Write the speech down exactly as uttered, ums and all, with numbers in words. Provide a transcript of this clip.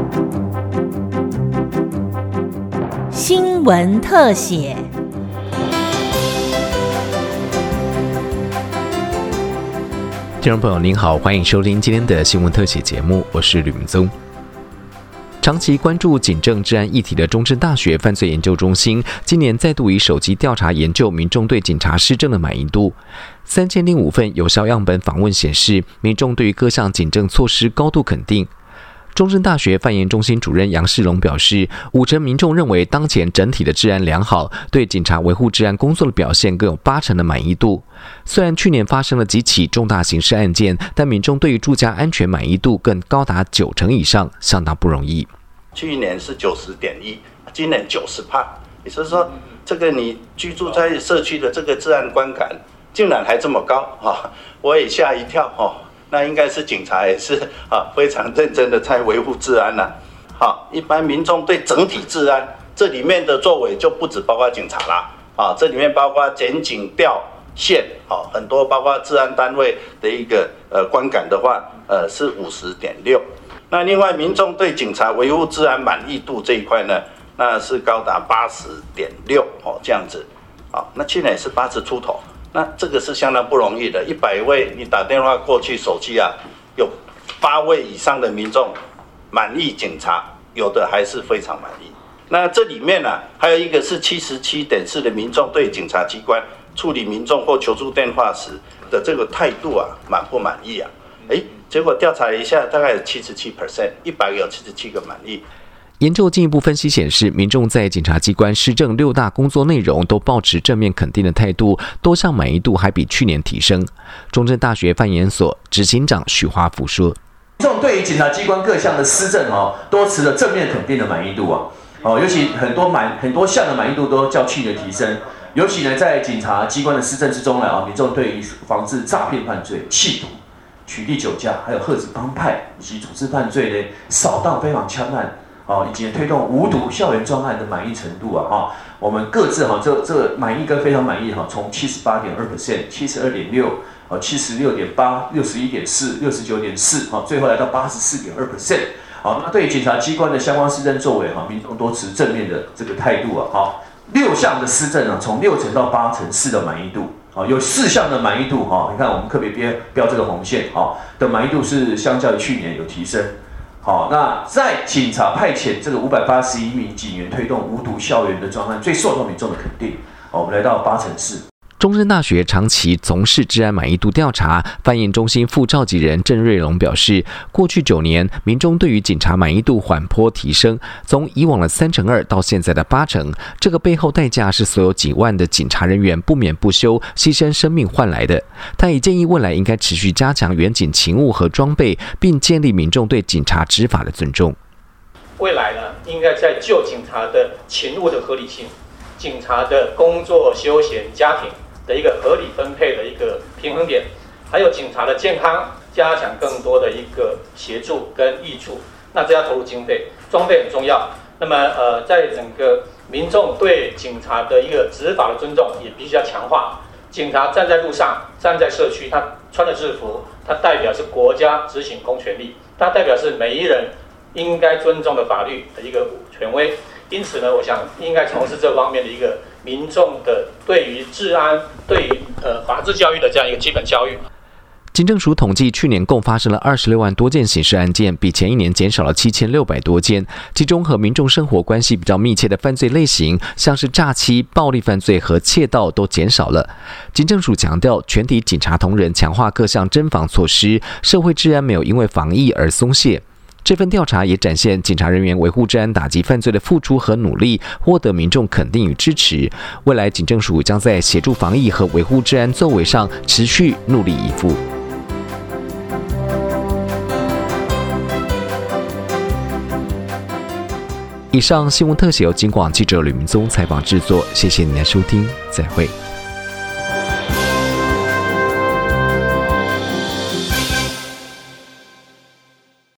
新闻特写。 听众朋友您好，欢迎收听今天的新闻特写节目，我是吕明宗。长期关注警政治安议题的中正大学犯罪研究中心，今年再度以手机调查研究民众对警察施政的满意度。三千零五份有效样本访问显示，民众对于各项警政措施高度肯定。中正大学犯研中心主任杨世龙表示，五成民众认为当前整体的治安良好，对警察维护治安工作的表现更有八成的满意度。虽然去年发生了几起重大刑事案件，但民众对于住家安全满意度更高达九成以上，相当不容易。 去年是九十点一，今年九十趴，也就是说，这个你居住在社区的这个治安观感，竟然还这么高哈，我也吓一跳哈。那应该是警察也是啊非常认真的在维护治安啦、啊。好，一般民众对整体治安，这里面的作为就不只包括警察啦，啊，这里面包括检警调线，啊，很多包括治安单位的一个呃观感的话，呃是五十点六。那另外民众对警察维护治安满意度这一块呢，那是高达八十点六哦这样子，好，那去年也是八十出头。那这个是相当不容易的，一百位你打电话过去，手机啊，有八位以上的民众满意警察，有的还是非常满意。那这里面啊，还有一个是七十七点四的民众对警察机关处理民众或求助电话时的这个态度啊，满不满意啊？哎，结果调查一下，大概有七十七 percent， 一百个有七十七个满意。 研究进一步分析显示，民众在检察机关施政六大工作内容都抱持正面肯定的态度，多项满意度还比去年提升。中正大学犯研所执行长许华福说：“ 民众对于检察机关各项的施政哦，都持了正面肯定的满意度啊，哦，尤其很多满很多项的满意度都较去年提升。尤其呢，在检察机关的施政之中呢，啊，民众对于防治诈骗犯罪、缉毒、取缔酒驾，还有遏制帮派以及组织犯罪呢，扫荡非法枪案。”哦，以及推动无毒校园专案的满意程度啊，哈，我们各自哈，这这满意跟非常满意哈，从七十八点二 percent、七十二点六、哦七十六点八、六十一点四、六十九点四，哈，最后来到八十四点二 percent。好，那对于检察机关的相关施政作为哈，民众都持正面的这个态度啊，哈，六项的施政啊，从六成到八成四的满意度，啊，有四项的满意度哈，你看我们特别标标这个红线，哈，的满意度是相较于去年有提升。好，那在警察派遣这个五百八十一名警员推动无毒校园的专案，最受到民众的肯定。好，我们来到八成四。 中正大学长期从事治安满意度调查，犯研中心副召集人郑瑞龙表示，过去九年，民众对于警察满意度缓坡提升，从以往的三成二到现在的八成。这个背后代价是所有几万的警察人员不眠不休、牺牲生命换来的。他也建议未来应该持续加强远警勤务和装备，并建立民众对警察执法的尊重。 未来呢，应该在就警察的勤务的合理性、警察的工作、休闲、家庭的一个合理分配的一个平衡点，还有警察的健康，加强更多的一个协助跟挹注。那这要投入经费，装备很重要。那么呃，在整个民众对警察的一个执法的尊重也必须要强化。警察站在路上，站在社区，他穿的制服，他代表是国家执行公权力，他代表是每一人应该尊重的法律的一个权威。因此呢，我想应该从事这方面的一个民众的对于治安、对于呃法治教育的这样一个基本教育。 警政署统计，去年共发生了二十六万多件刑事案件，比前一年减少了七千六百多件。其中和民众生活关系比较密切的犯罪类型，像是诈欺、暴力犯罪和窃盗都减少了。警政署强调，全体警察同仁强化各项侦防措施，社会治安没有因为防疫而松懈。这份调查也展现警察人员维护治安、打击犯罪的付出和努力，获得民众肯定与支持。未来警政署将在协助防疫和维护治安作为上持续努力以赴。以上新闻特写由警广记者吕明宗采访制作，谢谢您的收听，再会。